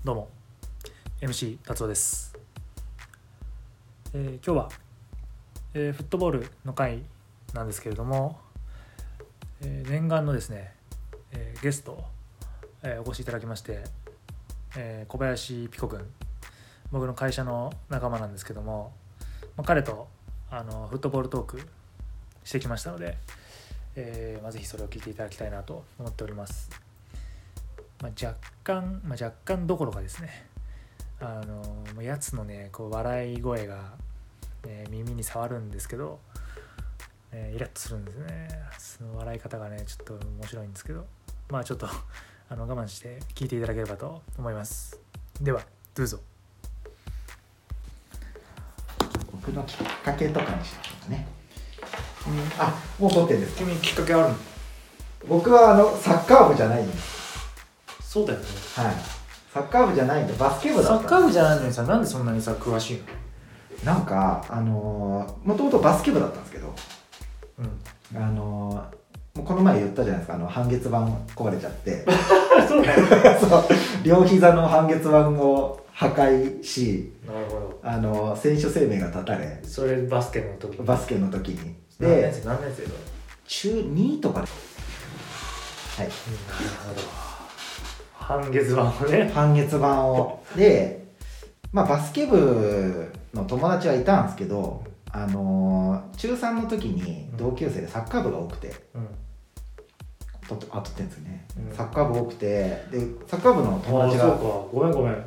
どうも MC 達夫です。今日は、フットボールの回なんですけれども、念願のですね、ゲスト、お越しいただきまして、小林ピコ君、僕の会社の仲間なんですけども、彼とフットボールトークしてきましたので、ぜひそれを聞いていただきたいなと思っております。若干どころかですね、やつのねこう笑い声が、耳に触るんですけど、イラッとするんですね。その笑い方がねちょっと面白いんですけど、ちょっと我慢して聞いていただければと思います。ではどうぞ。 僕のきっかけとかにしましょうかね。もう撮ってるんですか？ 君きっかけあるの？ 僕はサッカー部じゃないんです。 そうだよね。 はい。サッカー部じゃないんでバスケ部だった。 サッカー部じゃないのにさ、なんでそんなにさ詳しいの？なんかもともとバスケ部だったんですけど、もうこの前言ったじゃないですか、半月板壊れちゃってそうだよね。 そう両膝の半月板を破壊し、 なるほど。 選手生命が絶たれ、 それバスケの時にで何年生だ？ 中2とかで、はい、 なるほど。半月板をね。 半月板をで、バスケ部の友達はいたんですけど、中3の時に同級生でサッカー部が多くて、撮ってんですよね、サッカー部多くて、でサッカー部の友達が、 そうか、ごめん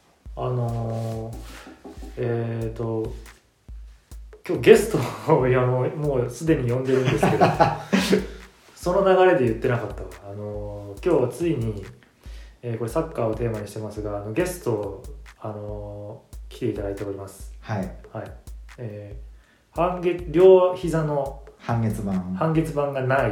今日ゲストをもうすでに呼んでるんですけどその流れで言ってなかったわ。今日はついに、これサッカーをテーマにしてますが、ゲストを来ていただいております。 はい、 両膝の半月板がない。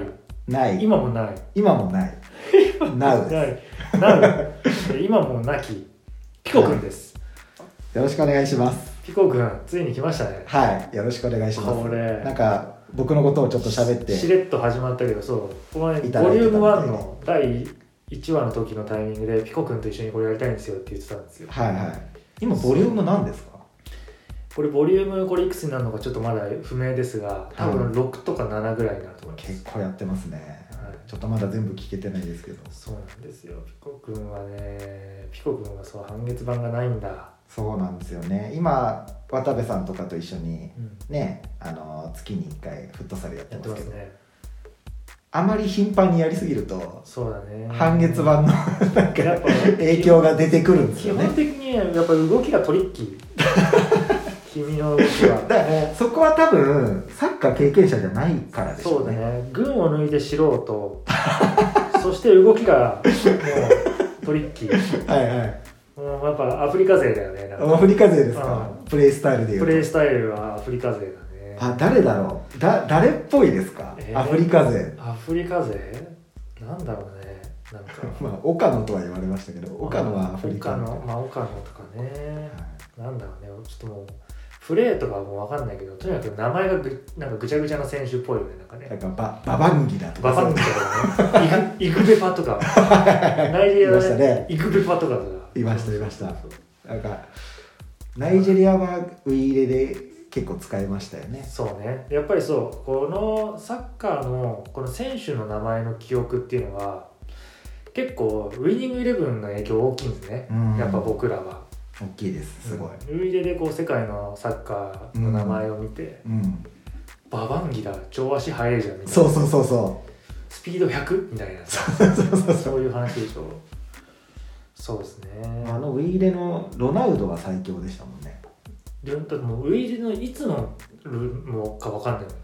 今もないなうです今もなきピコくんです、 よろしくお願いします。 ピコくんついに来ましたね。 はい、よろしくお願いします。 これなんか僕のことをちょっと喋ってしれっと始まったけど、そうボリューム1の第1話の時のタイミングでピコくんと一緒にこれやりたいんですよって言ってたんですよ。 はいはい。今ボリューム何ですか？ これボリュームいくつになるのかちょっとまだ不明ですが、多分6とか7ぐらいになると思います。 結構やってますね、ちょっとまだ全部聞けてないですけど。 そうなんですよ。ピコくんはそう半月板がないんだ。 そうなんですよね。今渡部さんとかと一緒にね、月に1回フットサルやってますけど、ね、あまり頻繁にやりすぎると、 そうだね、 半月板のなんか影響が出てくるんですよね。 基本的にやっぱ動きがトリッキー君の動きはだからね、そこは多分サッカー経験者じゃないからでしょうね。 そうだね、群を抜いて素人そして動きがもうトリッキーはいもうやっぱアフリカ勢だよね。 アフリカ勢ですか？プレイスタイルでいうと。 プレイスタイルはアフリカ勢だね。 誰だろう？誰っぽいですか？アフリカ勢。 アフリカ勢？なんだろうね。なんか岡野とは言われましたけど、岡野はアフリカの。 岡野とかね、なんだろうね。ちょっともうプレーとかはもう分かんないけど、とにかく名前がなんかぐちゃぐちゃな選手っぽいよね。 なんかババンギだとか。 ババンギとかね。イグベパとか。ナイジェリアはね、イグベパとかいました。なんかナイジェリアはウイイレで結構使いましたよね。 そうね。やっぱりこのサッカーのこの選手の名前の記憶っていうのは結構ウイニングイレブンの影響大きいんですね。やっぱ僕らは大きいです。すごい。 ウイイレで世界のサッカーの名前を見て、ババンギだ、超足速いじゃんみたいな。 そうスピード100みたいなそういう話でしょ。そうですね。 ウイイレのロナウドが最強でしたもんね。 だってもうウイイレのいつのもか分かんないの。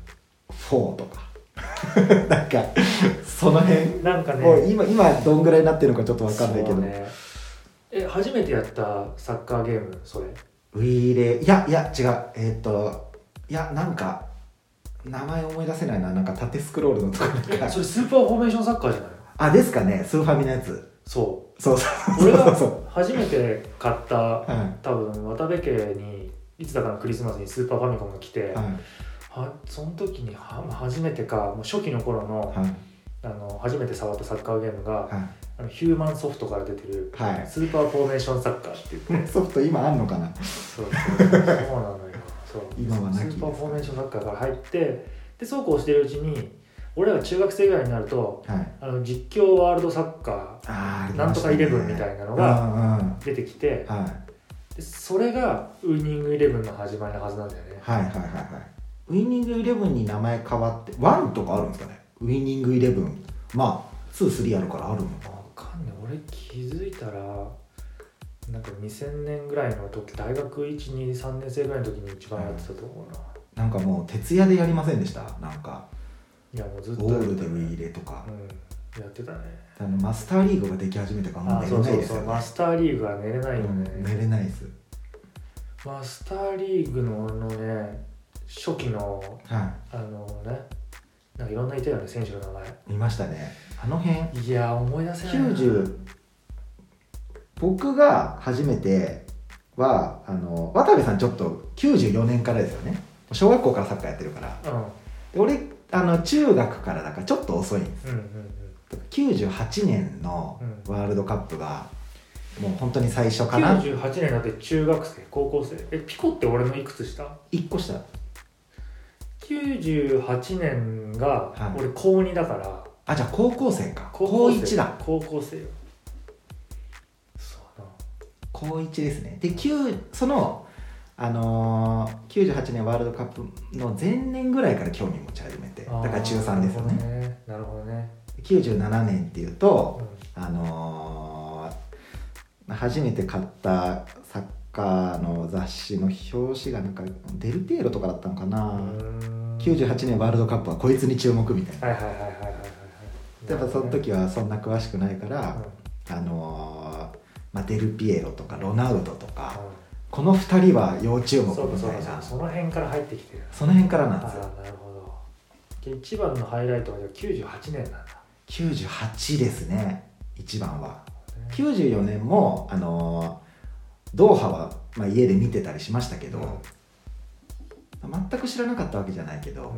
4とかなんかその辺なんかね、 もう今どんぐらいになってるのかちょっと分かんないけど、ね、 初めてやったサッカーゲームそれ？ ウイイレ、いや違う、なんか名前思い出せないな。なんか縦スクロールのとかそれスーパーフォーメーションサッカーじゃない？ ですかね。スーファミのやつ。 そう俺が初めて買った多分渡部家にいつだかのクリスマスにスーパーファミコンが来て、その時に初めてかもう初期の頃の、初めて触ったサッカーゲームが、 ヒューマンソフトから出てる、 はい、 スーパーフォーメーションサッカーって言ってソフト今あんのかな。 そうなのよ。そう今はなきスーパーフォーメーションサッカーから入ってでそうこうしてるうちに俺らが中学生ぐらいになると、 はい、 実況ワールドサッカー、なんとかイレブンみたいなのが出てきて、 はい、 でそれがウイニングイレブンの始まりのはずなんだよね。 はいはいはいはい。ウイニングイレブンに名前変わって1とかあるんですかね。ウイニングイレブンまあ2、3あるからあるのか。 わかんない。俺気づいたらなんか2000年ぐらいの時、大学1、2、3年生ぐらいの時に一番やってたと思うな。 なんかもう徹夜でやりませんでした。なんかいやもうずっとゴールでウイイレとか、 やってたね。 マスターリーグができ始めてからもう寝れないですよね。 そうマスターリーグは寝れないよね、 寝れないです。 マスターリーグのね初期の、 はい、 なんかいろんないたよね、選手の名前見ましたね。あの辺いや思い出せない 90、僕が初めては渡部さんちょっと94年からですよね。小学校からサッカーやってるから、で俺中学からだからちょっと遅いんです、98年のワールドカップが、もう本当に最初かな。 98年だって中学生高校生ピコって俺のいくつ下 ？1個下。 98年が俺高2だから、 あ、じゃあ高校生か。高1だ。 高校生よ。そうだな、 高1ですね。でその98年ワールドカップの前年ぐらいから興味持ち始めて、だから中3ですよね。 なるほどね。 97年っていうと、初めて買ったサッカーの雑誌の表紙がなんかデルピエロとかだったのかな。98年ワールドカップはこいつに注目みたいな。やっぱその時はそんな詳しくないから、デルピエロとかロナウドとか、この2人は要注目みたいな。 その辺から入ってきてる。 その辺からなんですよ。 なるほど。一番のハイライトは98年なんだ。 98ですね、一番は。94年もドーハは、家で見てたりしましたけど、全く知らなかったわけじゃないけど、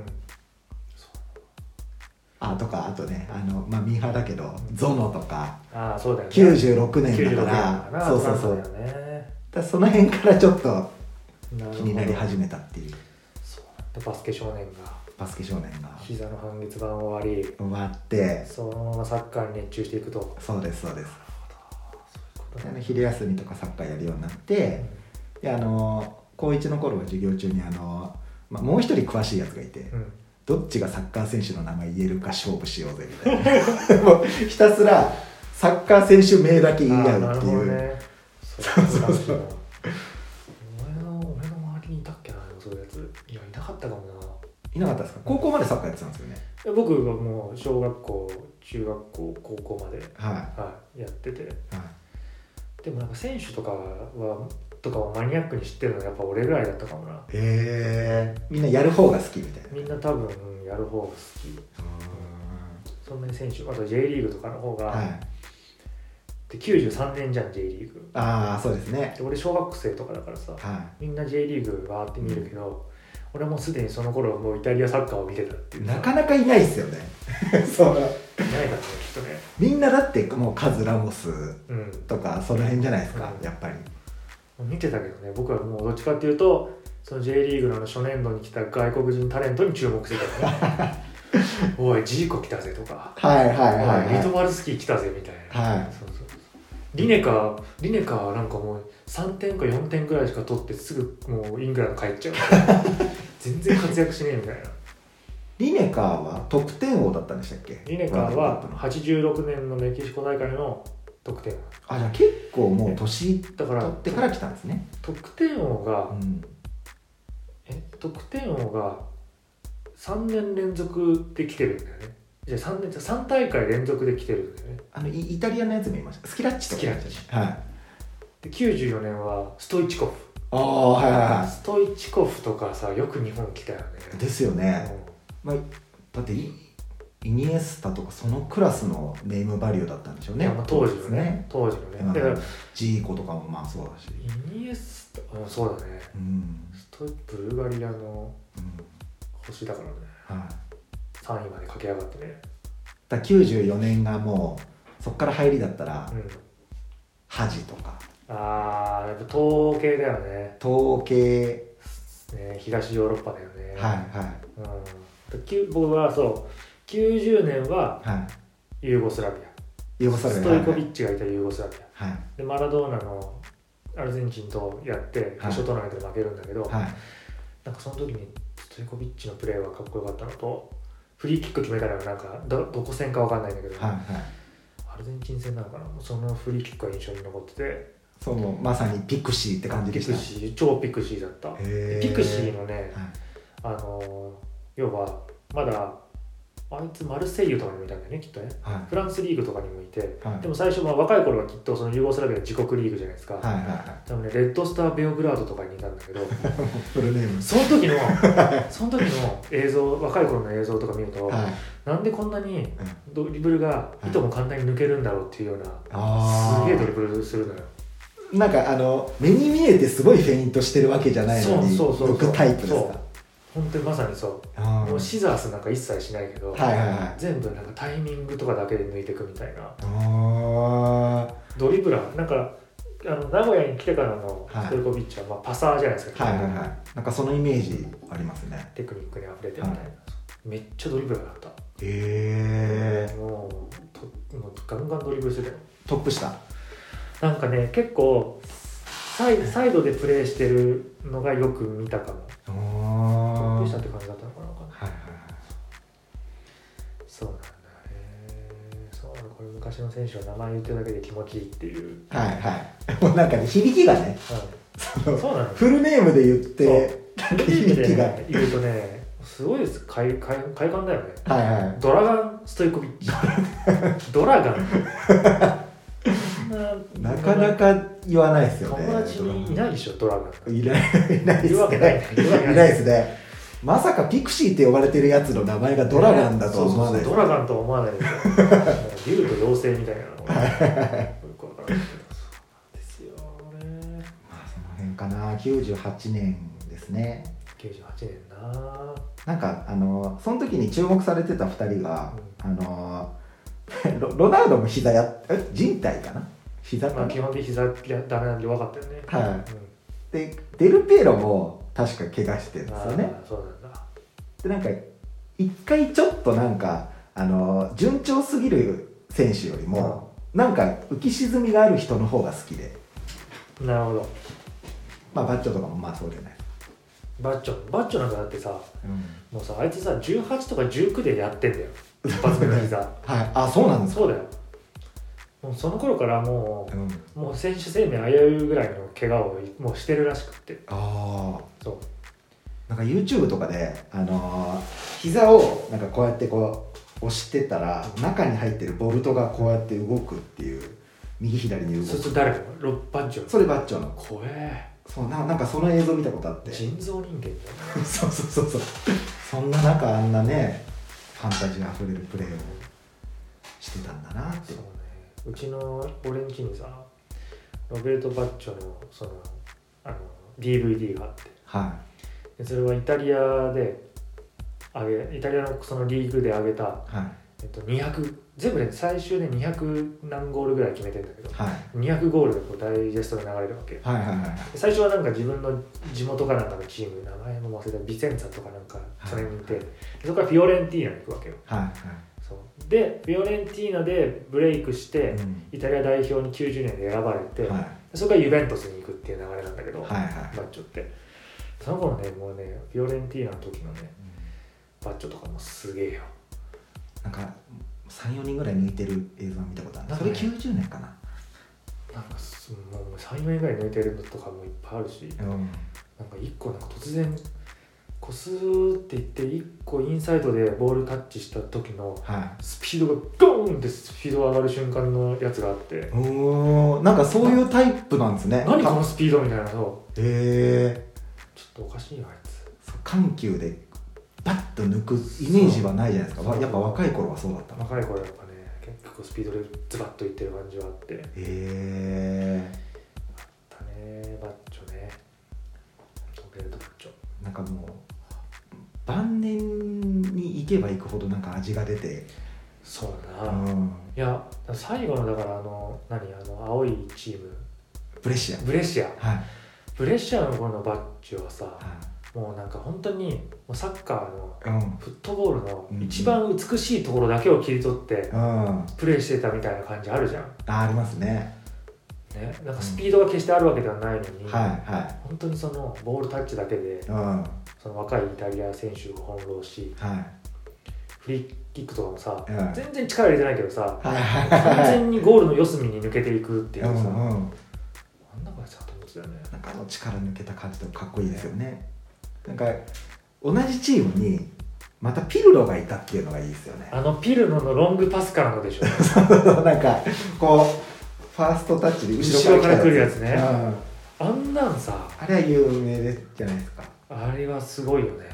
とかあとねミーハーだけど、ゾノとか、 そうだよね、 96年だからそうだその辺からちょっと気になり始めたっていう。 バスケ少年が膝の半月板終わってそのままサッカーに熱中していくと。 そうです。昼休みとかサッカーやるようになって、で高1の頃は授業中にもう一人詳しいやつがいて、どっちがサッカー選手の名前言えるか勝負しようぜみたいなもうひたすらサッカー選手名だけ言い合うっていう。そう俺の周りにいたっけな、そういうやつ。いや、いなかったかもな。 いなかったですか？高校までサッカーやってたんですよね。 僕がもう小学校中学校高校まで、やってて、でもなんか選手とかをマニアックに知ってるのはやっぱ俺ぐらいだったかもな。 みんなやる方が好きみたいな。 みんな多分やる方が好き。そんなに選手、あと J リーグとかの方が、で93年じゃん J リーグ。 そうですね。 で俺小学生とかだからさ、みんな J リーグバーって見るけど、俺もすでにその頃もうイタリアサッカーを見てたっていう。 なかなかいないですよねそういないからね、きっとね。 みんなだってもうカズ・ラモスとか、その辺じゃないですか、やっぱり見てたけどね。僕はもうどっちかっていうとその J リーグの初年度に来た外国人タレントに注目してたねおいジーコ来たぜとか、リトバルスキー来たぜみたいな、リネカなんかもう3点か4点ぐらいしか取ってすぐもうイングランド帰っちゃう全然活躍しねえみたいな。 リネカーは得点王だったんでしたっけ？ リネカーは86年のメキシコ大会の得点王。 じゃあ結構もう年取ってから来たんですね。 得点王が、得点王が3年連続で来てるんだよね。じゃあ3大会連続で来てるんだよね。 イタリアのやつ見ました。スキラッチとか。 で94年はストイチコフ。ストイチコフとかさ、よく日本来たよね。 ですよね。だってイニエスタとかそのクラスのネームバリューだったんでしょうね。 当時のね。 だからジーコとかもそうだし。 イニエスタ、そうだね。ストイブルガリアの星だからね。3位まで駆け上がってね。 94年がもうそっから入りだったら、 うん、 ハジとか。 ああ、やっぱ東系だよね。 東系、 ね、東ヨーロッパだよね。 はいはい。 うん、僕はそう90年はユーゴスラビア、 ユーゴスラビア、 ストイコビッチがいたユーゴスラビア、 はい、 でマラドーナのアルゼンチンとやって決勝トーナメントで負けるんだけど、 はい、 なんかその時にストイコビッチのプレーがかっこよかったのと、フリーキック決めたらなんか どこ戦か分かんないんだけど、 はいはい、 アルゼンチン戦なのかな、そのフリーキックが印象に残ってて、 そうもうまさにピクシーって感じでした。 ピクシー、超ピクシーだった。ピクシーのね、はい、要はまだあいつマルセイユとかにもいたんだよねきっとね、はい、フランスリーグとかにもいて、はい、でも最初、若い頃はきっとそのユーゴスラビア自国リーグじゃないですか、はいはいはい、多分ねレッドスターベオグラードとかにいたんだけどフルネームその時の映像、若い頃の映像とか見ると、はい、なんでこんなにドリブルがいとも簡単に抜けるんだろうっていうような、すげえドリブルするのよ。 なんか目に見えてすごいフェイントしてるわけじゃないのに抜くタイプですか。 本当にまさにそう。もうシザースなんか一切しないけど、はいはいはい、全部なんかタイミングとかだけで抜いていくみたいな。ドリブラーなんか名古屋に来てからのストイコビッチはまあパサーじゃないですか。 はいはいはい。なんかそのイメージありますね。 テクニックに溢れてみたいな。はい、めっちゃドリブラーだった。もうガンガンドリブルしてたよ。 トップ下。なんかね結構サイドでプレーしてるのがよく見たかも。トップ下って感じだったのかな。はいはいはい。そうなんだね。そうこれ昔の選手は名前言ってるだけで気持ちいいっていう。はいはい。もうなんかね響きがね。そうなの。フルネームで言って響きが言うとねすごいです快感だよね。 はいはい。 ドラガンストイコビッチ。ドラガン。 なかなか言わないですよね。 友達にいないでしょドラガン。 いないですね。いないですね。まさかピクシーって呼ばれてるやつの名前がドラガンだと思わないです。 ドラガンとは思わないですよ。竜と妖精みたいなの。よくわからないけど。ですよね。 まあその辺かな。98年ですね。 98年な。 なんかその時に注目されてた2人が、ロナウドも靭帯かな。膝かな。 基本的に膝ダメなんで分かったよね。 はい。でデルピエロも確か怪我してるんですよね。 そうなんだ。 でなんか一回ちょっとなんか順調すぎる選手よりも、なんか浮き沈みがある人の方が好きで。 なるほど。 まあバッチョとかもまあそうじゃない。 バッチョなんかだってさ、もうさあいつさ18とか19でやってんだよ。一発目の膝。はい。 あ、そうなんですか。 そうだよ。もうその頃からもう選手生命危ういぐらいの怪我をもうしてるらしくって。ああ。そう。 なんか YouTube とかで膝をなんかこうやってこう押してたら中に入ってるボルトがこうやって動くっていう、右左に動く。 それ誰の？バッチョ。 それバッチョの。 怖え。 そうなんかその映像見たことあって。 人造人間じゃん。 そう。そんな中あんなねファンタジーあふれるプレーをしてたんだなって。 そうね。うちの俺ん家にさロベルト・バッチョのそのDVD があって、はい、でそれはイタリアのそのリーグで上げた、200全部で最終で200何ゴールぐらい決めてるんだけど、200ゴールがこうダイジェストで流れるわけ、最初はなんか自分の地元かなんかのチーム、名前も忘れた、ビセンツァとかなんかそれにいて、そこからフィオレンティーナに行くわけよ。そうでフィオレンティーナでブレイクして、イタリア代表に90年で選ばれて、そこからユベントスに行くっていう流れなんだけど、バッチョってその頃ねもうねフィオレンティーナの時のね、バッチョとかもすげえよ。 なんか 3,4 人ぐらい抜いてる映像を見たことある。それ90年かな。 なんかもう 3,4 人ぐらい抜いてるのとかもいっぱいあるし、なんか1個なんか突然コスーっていって1個インサイドでボールタッチした時のスピードがドーンってスピードが上がる瞬間のやつがあって、 なんかそういうタイプなんですね。 何このスピードみたいなの。ちょっとおかしいよあいつ。 緩急でバッと抜くイメージはないじゃないですか。やっぱ若い頃はそうだった。 若い頃はやっぱね結構スピードでズバッといってる感じはあって、あったねバッチョね。ロベルト・バッチョなんかもう晩年に行けば行くほどなんか味が出てそうだな、いや最後のだから青いチームブレッシア、はい、 ブレッシアの頃のバッジはさ、もうなんか本当にもうサッカーのフットボールの一番美しいところだけを切り取ってプレーしてたみたいな感じあるじゃん。 ありますね。 なんかスピードが決してあるわけではないのに、 本当にそのボールタッチだけで、その若いイタリア選手を翻弄し、フリーキックとかもさ、全然力入れてないけどさ、完全にゴールの四隅に抜けていくっていうさ、あんな感じだと思ってたよね。 なんか力抜けた感じでもかっこいいですよね。なんか同じチームにまたピルロがいたっていうのがいいですよね。 ピルロのロングパスからのでしょなんかこうファーストタッチで後ろから来るやつね、あんなんさ、 あれは有名じゃないですか。 あれはすごいよね。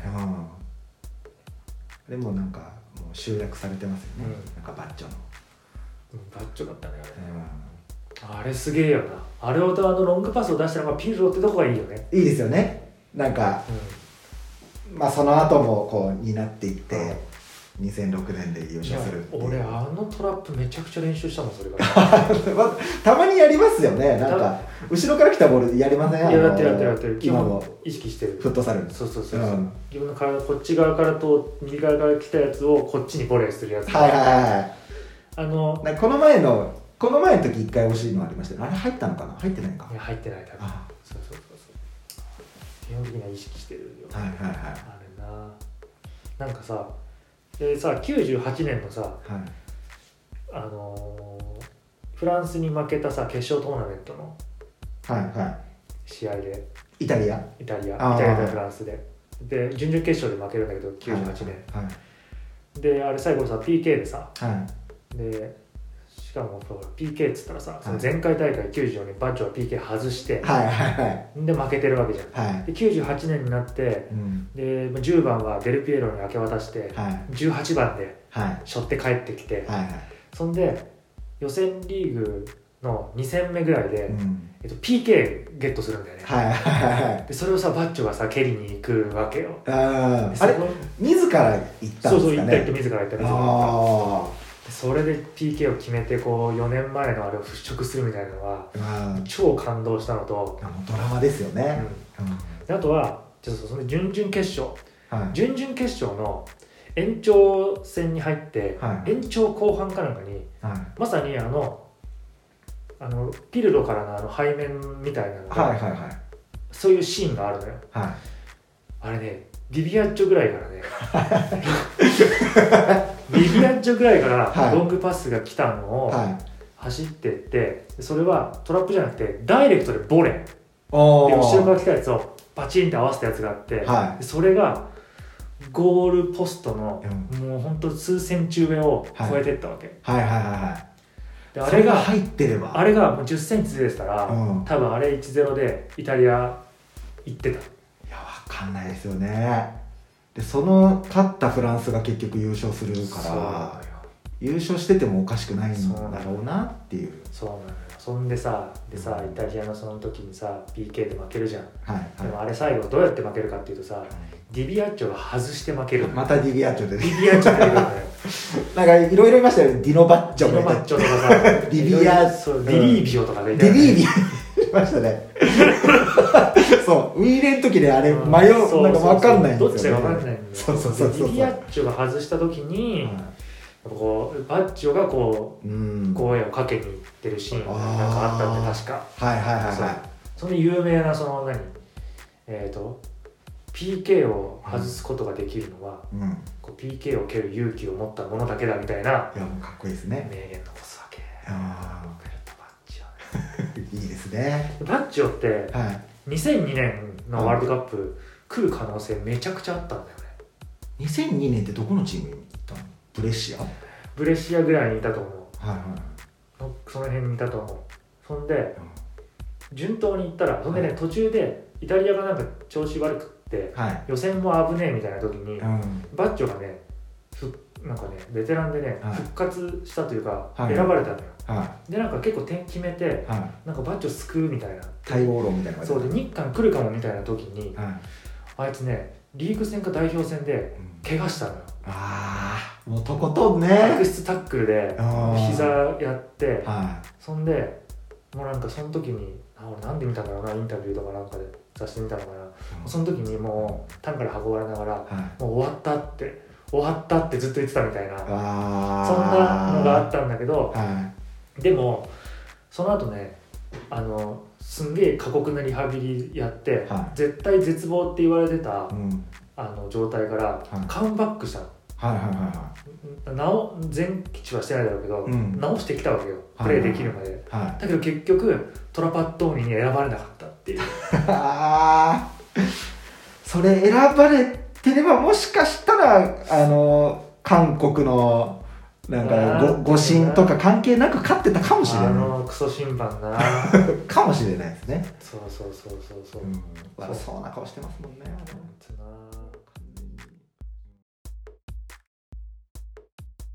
でもなんかもう集約されてますよね、なんかバッチョの、 バッチョだったねあれ、あれすげえよな。あれをロングパスを出したのがピルロってとこがいいよね。 いいですよね。なんか、まあその後もこうになっていって、2006年で優勝するっていう。 俺トラップめちゃくちゃ練習したもん、それからたまにやりますよね。なんか後ろから来たボールやりません？ やってる基本意識してる。 フットサル。 そう、自分の体こっち側からと右側から来たやつをこっちにボレーするやつ。 この前の時一回惜しいのありましたね。あれ入ったのかな？入ってないか。 いや入ってない多分。そう基本的には意識してるよ。あれな。なんかさ、98年のさ、フランスに負けたさ決勝トーナメントの試合で、イタリアとフランスで準々決勝で負けるんだけど、98年、であれ最後さ PK でさ、でしかもPK っつったらさ、その前回大会94年バッジョは PK 外して、で負けてるわけじゃん、で98年になって、で10番はデルピエロに明け渡して、18番で背負って帰ってきて、そんで予選リーグの2戦目ぐらいで、PK ゲットするんだよね、でそれをさバッジョがさ蹴りに行くわけよ。 あれ自ら行ったんですかね。 そう行った自ら行った。それで PK を決めてこう4年前のあれを払拭するみたいなのは超感動したのと、 ドラマですよね、 であとはちょっとその準々決勝、準々決勝の延長戦に入って、延長後半かなんかに、まさにピルロからの背面みたいなのが、そういうシーンがあるのよ、あれねビビアッチョぐらいからねビビアッチョぐらいからロングパスが来たのを走ってって、それはトラップじゃなくてダイレクトでボレーで後ろから来たやつをバチンって合わせたやつがあって、それがゴールポストのもうほんと数センチ上を超えてったわけ、であれが入ってればあれがもう10センチずれてたら、多分あれ 1-0 でイタリア行ってた。 いや分かんないですよね。でその勝ったフランスが結局優勝するから優勝しててもおかしくないんだろうなっていう。 そうなのよ。そんでさイタリアのその時にさ PK で負けるじゃん、でもあれ最後どうやって負けるかっていうとさ、ディビアッチョが外して負ける。 またディビアッチョでディビアッチョ出てくるのよなんかいろいろいましたよね。ディノバッチョとかさディビアッチョ、 ディリービオとかでいたよね。ディリービオいましたねそうウィーレンの時であれ迷う、なんか分かんないんですよね。 どっちか分かんないんだよ。 そうディビアッチョが外した時に、こうバッジョがこう声をかけに行ってるシーンがなんかあったんで、確かその有名なそのPK を外すことができるのは、こう PK を蹴る勇気を持ったものだけだみたいな、 いやもうかっこいいですね。 名言残すわけ。ベルト・バッジョいいですね。 バッジョって、2002年のワールドカップ来る可能性めちゃくちゃあったんだよね。 2002年ってどこのチームに行ったの？ブレッシアぐらいにいたと思う、その辺にいたと思う。そんで、順当に行ったら、そんでね、途中でイタリアがなんか調子悪くって、予選も危ねえみたいな時に、バッジョがねなんかねベテランでね、復活したというか、選ばれたのよ、でなんか結構点決めて、なんかバッジョ救うみたいな、 待望論みたいな。 そうで日韓来るかもみたいな時に、あいつねリーグ戦か代表戦で怪我したのよ、 もうとことんね悪質タックルで膝やって、そんでもうなんかその時に俺なんで見たんだろうな、インタビューとかなんかで雑誌で見たのかな、その時にもう担から運ばれながら、もう終わったってずっと言ってたみたいな、そんなのがあったんだけど、でもその後ねすんげえ過酷なリハビリやって、絶対絶望って言われてた、状態からカムバックしたの、全治はしてないだろうけど、治してきたわけよ、プレーできるまで、だけど結局トラパットーニに選ばれなかったっていうそれ選ばれてればもしかしたら韓国のなんか誤審とか関係なく勝ってたかもしれない。 クソ審判なかもしれないですね。 そう、 悪そうな顔してますもんね。